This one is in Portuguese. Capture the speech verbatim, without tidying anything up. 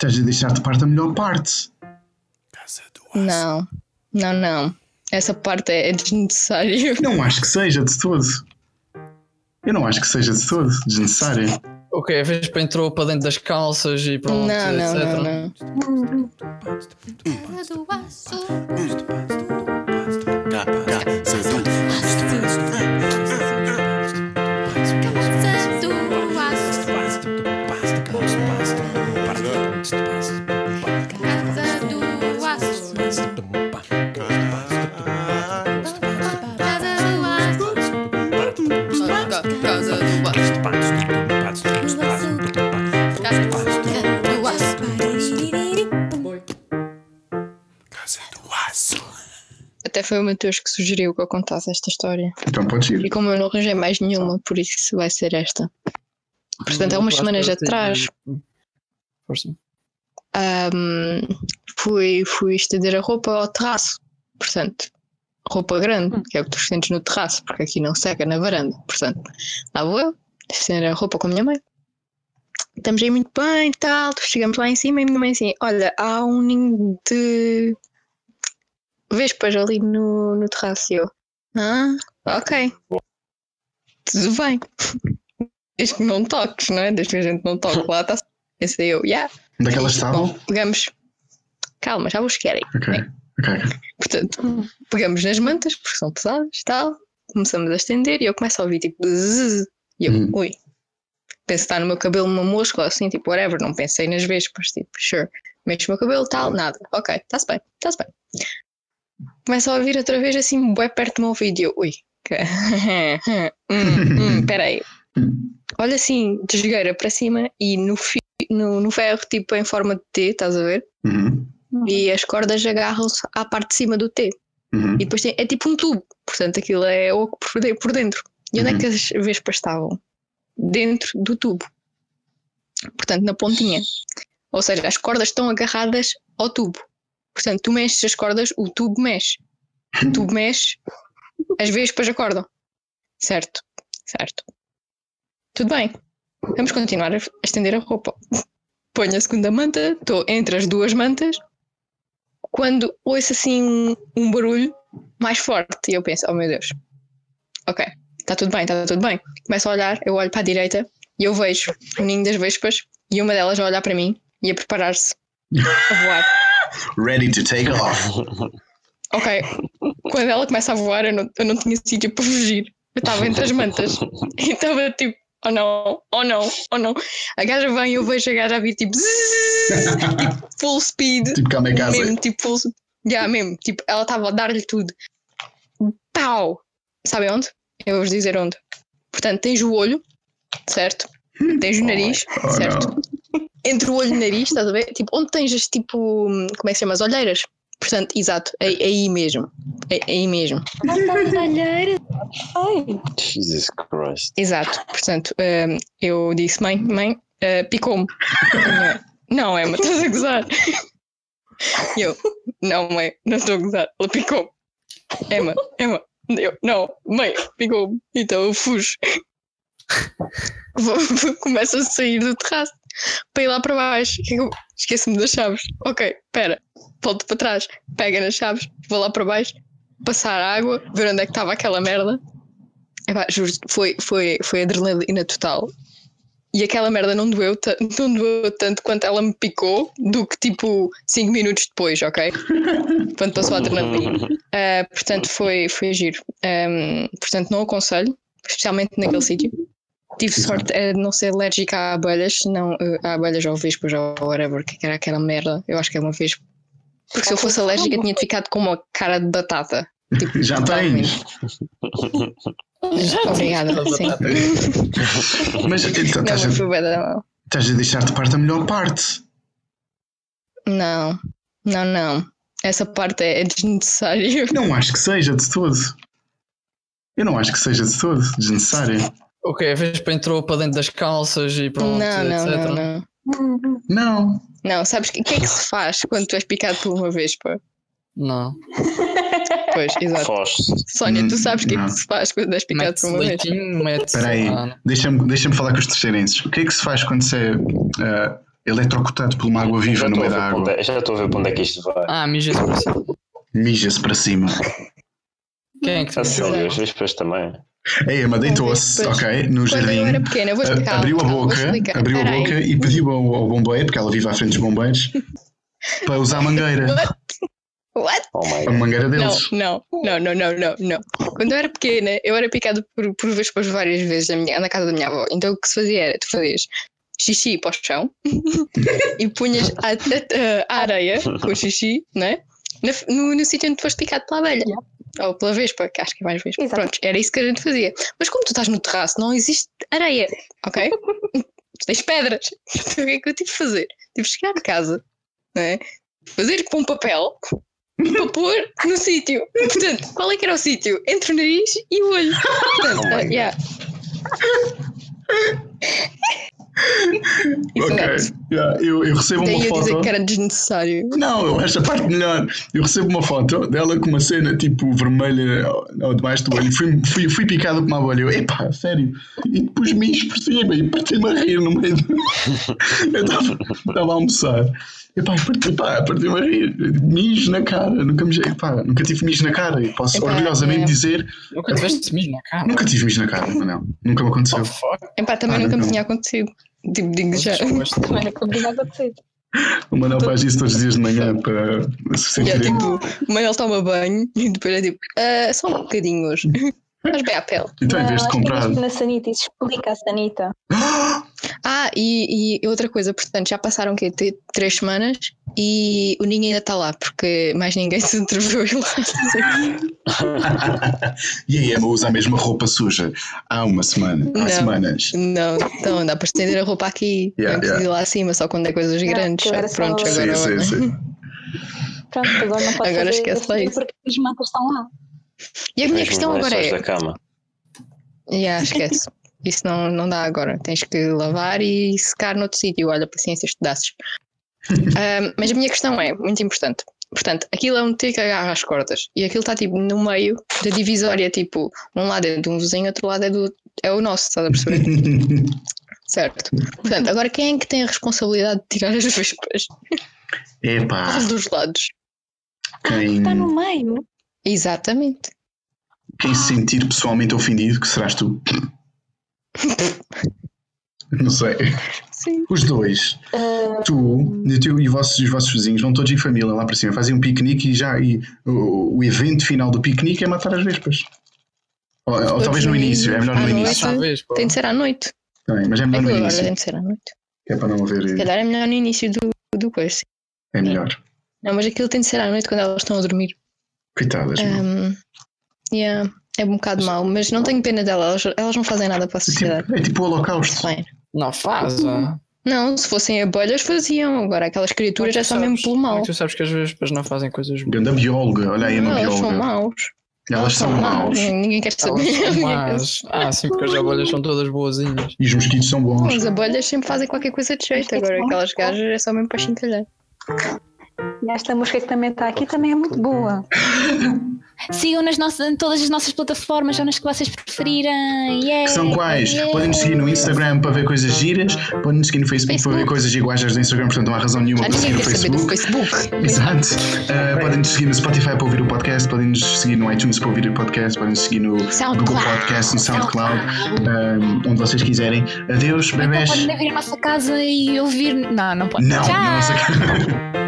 Estás a deixar de parte a melhor parte. Não, não, não. Essa parte é desnecessária. Não acho que seja de todo. Eu não acho que seja de todo desnecessária. Ok, a Vespa entrou para dentro das calças e pronto, Não, não, etcétera. não, não. Casa do Aço. Até foi o Mateus que sugeriu que eu contasse esta história. Então pode ir. E como eu não arranjei mais nenhuma, por isso vai ser esta. Portanto, há umas semanas atrás um, fui, fui estender a roupa ao terraço. Portanto, roupa grande, que é o que tu estendes no terraço, porque aqui não seca na varanda. Portanto, lá vou eu, estender a roupa com a minha mãe. Estamos aí muito bem e tal. Chegamos lá em cima e a minha mãe assim: olha, há um ninho de vespas ali no, no terraço. E eu: ah, ok, tudo bem. Desde que não toques, não é? Desde que a gente não toque lá, está. Pensei eu: yeah. Onde é que elas estavam? Bom, pegamos. Calma, já vou chegar aí. Ok, ok, ok. Portanto, pegamos nas mantas, porque são pesadas e tal. Começamos a estender e eu começo a ouvir tipo zzz, e eu, Hum. ui. Penso que está no meu cabelo uma mosca ou assim, tipo, whatever. Não pensei nas vespas, tipo, sure. Mexo o meu cabelo, tal, nada. Ok, está-se bem, está-se bem. Começo a ouvir outra vez assim, bué perto do meu ouvido. E eu, ui. hum, hum, peraí. Olha assim, de jogueira para cima e no, fi, no, no ferro, tipo em forma de T, estás a ver? Uhum. E as cordas agarram-se à parte de cima do T. Uhum. E depois tem, é tipo um tubo, portanto aquilo é oco por de- por dentro. E onde Uhum. é que as vespas estavam? Dentro do tubo. Portanto, na pontinha. Ou seja, as cordas estão agarradas ao tubo. Portanto, tu mexes as cordas, o tubo mexe. O tubo mexe, as vespas acordam. Certo, certo. Tudo bem. Vamos continuar a a estender a roupa. Ponho a segunda manta, estou entre as duas mantas, quando ouço assim um, um barulho mais forte e eu penso: oh meu Deus, ok, está tudo bem, está tudo bem. Começo a olhar, eu olho para a direita e eu vejo o ninho das vespas e uma delas a olhar para mim e a preparar-se a voar. Ready to take off. Ok, quando ela começa a voar eu não, eu não tinha sítio para fugir. Eu estava entre as mantas e estava tipo: oh não, oh não, oh não. A gaja vem e eu vejo a gaja a vir tipo, zzzz, tipo full speed. Tipo kamikaze. Mesmo, tipo full speed. Yeah, mesmo, tipo, ela estava a dar-lhe tudo. Pau! Sabe onde? Eu vou-vos dizer onde. Portanto, tens o olho, certo? Tens o nariz, Oh, certo? não. Entre o olho e o nariz, estás a ver? Tipo, onde tens as tipo, como é que se chama? As olheiras. Portanto, exato, é, é aí mesmo. É, é aí mesmo. Jesus Christ. Exato, portanto, hum, eu disse: mãe, mãe, uh, picou-me. A minha mãe: não, Emma, estás a gozar. E eu: não, mãe, não estou a gozar, ela picou-me. Emma, Emma, eu: não, mãe, picou-me. Então eu fujo. Vou- vou- Começo a sair do terraço para ir lá para baixo. Eu esqueço-me das chaves. Ok, espera, volto para trás, pega nas chaves, vou lá para baixo, passar água, ver onde é que estava aquela merda. Epá, juro, foi, foi, foi adrenalina total. E aquela merda não doeu, ta- não doeu tanto quanto ela me picou, do que tipo cinco minutos depois, ok? Quando passou a adrenalina. Ah, portanto, foi, foi giro. Ahm, portanto, não aconselho, especialmente naquele sítio. Tive sorte de não ser alérgica a abelhas, não eh, a abelhas ou vespas ou whatever, que era aquela merda. Eu acho que é uma vespa. Porque se eu fosse alérgica, tinha ficado com uma cara de batata. Tipo, Já totalmente. tens. Obrigada, sim. Mas então, Não, estás, mas foi a, bué da mal. estás a deixar de parte a melhor parte. Não, não, não. Essa parte é desnecessária. Não acho que seja de todo. Eu não acho que seja de todo desnecessária. Ok, a Vespa entrou para dentro das calças e pronto, Não, não, etcétera. não, não. Não. Não, sabes o que, que é que se faz quando tu és picado por uma vespa? Não. Pois, exato. Foste. Sónia, tu sabes o que é Não. que se faz quando és picado Mete-se por uma vespa? leitinho, mete-se. Espera aí, Ah, não. deixa-me deixa falar com os terceirenses. O que é que se faz quando se é uh, eletrocutado por uma água viva Já no estou meio a da ver para água. onde é- já estou a ver para onde é que isto vai. Ah, mija-se para cima. Mija-se para cima. Quem é que te A mijou? sério, as vespas também. A Emma deitou-se, Depois, ok, no Quando eu jardim. era pequena, eu vou a- explicar. abriu a calma, vou boca, explicar. abriu a Peraí. boca e pediu ao, ao bombeiro, porque ela vive à frente dos bombeiros, para usar a mangueira. What? Oh my A god. mangueira Não, deles. não, não, não, não, não, não. Quando eu era pequena, eu era picada por, por vespas várias vezes na, minha, na casa da minha avó. Então o que se fazia era, tu fazias xixi para o chão e punhas a, a- a areia com o xixi, não é? Na- no, no sítio onde tu foste picado pela abelha. Ou pela vespa, que acho que é mais vespa. Exato. Pronto, era isso que a gente fazia. Mas como tu estás no terraço, não existe areia, ok? Tu tens pedras. Então o que é que eu tive de fazer? Tive de chegar a casa, não é? Fazer com um papel para pôr no sítio. Portanto, qual é que era o sítio? Entre o nariz e o olho. Portanto, Oh my ah, God. yeah. Ok, Exato. yeah, eu, eu recebo Daí uma eu dizer foto. que era desnecessário. Não, eu acho a parte melhor. Eu recebo uma foto dela com uma cena tipo vermelha ao- ao debaixo do olho. Fui, fui, fui picado por uma bolha. Eu, epá, sério. E depois mijo por cima e parti-me a rir no meio do. Eu estava a almoçar. Epá, parti- epá, parti-me a rir. Mijo na cara. Nunca, mijei, epá, nunca tive mijo na cara. E posso Epá, orgulhosamente é. dizer: Nunca tiveste mijo na cara. nunca tive mijo na cara. Mas não, nunca me aconteceu. Oh, fuck. Epá, também Ah, nunca não. me tinha acontecido. Tipo, digo já. Gosto. Também nunca me tinha acontecido. O Manuel faz isso todos os dias de manhã para se E é sentir. tipo, o Manuel toma banho e depois é tipo, "Ah, só um bocadinho hoje. Mas bem à pele. Então, em vez de Não, acho que comprar. existe na Sanita, isso explica a Sanita. Ah, e, e outra coisa, portanto, já passaram o quê? T- Três semanas e o ninho ainda está lá, porque mais ninguém se atreveu a ir lá. E a Emma usa a mesma roupa suja há uma semana, há Não. semanas. Não, então dá para estender a roupa aqui, Yeah, não preciso yeah. ir lá acima, só quando é coisas Yeah, grandes. que agora Pronto, só- agora. Sim, sim, sim. Pronto, agora não pode Agora fazer esquece lá assim isso. porque as matas estão lá. E a minha Mesmo questão os agora lençóis é. da cama. Yeah, esquece. Isso não, não dá agora. Tens que lavar e secar noutro sítio. Olha, paciência, estudasses. Um, mas a minha questão é muito importante. Portanto, aquilo é um T que agarra as cordas e aquilo está tipo no meio da divisória. Tipo, um lado é de um vizinho, outro lado é, do, é o nosso, estás a perceber? Certo. Portanto, agora quem é que tem a responsabilidade de tirar as vespas? Epá, Os dos lados. quem, Está no meio. Exatamente. quem se sentir pessoalmente ofendido, que serás tu? Não sei. Sim. Os dois, Ah, tu e, tu, e vossos, os vossos vizinhos, vão todos em família lá para cima, fazem um piquenique e já e o, o evento final do piquenique é matar as vespas. Ou, ou talvez no início, é melhor no À início. noite. Talvez, pô. Tem de ser à noite. Também, mas é melhor no Aquilo agora início, tem de ser à noite. que é para não Se haver. calhar é melhor no início do, do coisa. É melhor. Não, mas aquilo tem de ser à noite quando elas estão a dormir. Coitadas, meu. Um, yeah, é um bocado mau, mas não tenho pena delas, elas, elas não fazem nada para a É sociedade. tipo, é tipo o holocausto. Fine. Não faz. ah. Não, se fossem abelhas faziam, agora aquelas criaturas é só mesmo pelo mal. Como é que tu sabes que as vespas não fazem coisas boas? Ganda bióloga, olha aí, é uma Não, elas são bióloga. maus. Elas são maus. Ninguém quer saber. Elas são Ninguém quer más. Ah, sim, porque as abelhas são todas boazinhas. E os mosquitos são bons. saber. As abelhas sempre fazem qualquer coisa de jeito, agora aquelas gajas é só mesmo para chincalhar. e esta música que também está aqui também é muito boa. Sigam nas nossas, em todas as nossas plataformas, ou nas que vocês preferirem. Yeah, Que são quais? yeah. Podem nos seguir no Instagram para ver coisas giras, podem nos seguir no Facebook, para ver Facebook. coisas iguais às do Instagram, portanto não há razão nenhuma Já para seguir ninguém no quer saber do Facebook. Facebook. Exato. Uh, podem nos seguir no Spotify para ouvir o podcast, podem nos seguir no iTunes para ouvir o podcast, podem nos seguir no SoundCloud. Google Podcast, no SoundCloud, um, onde vocês quiserem. Adeus, Então bebés. podem vir à nossa casa e ouvir. Não, não pode. Não, Tchau. não sei.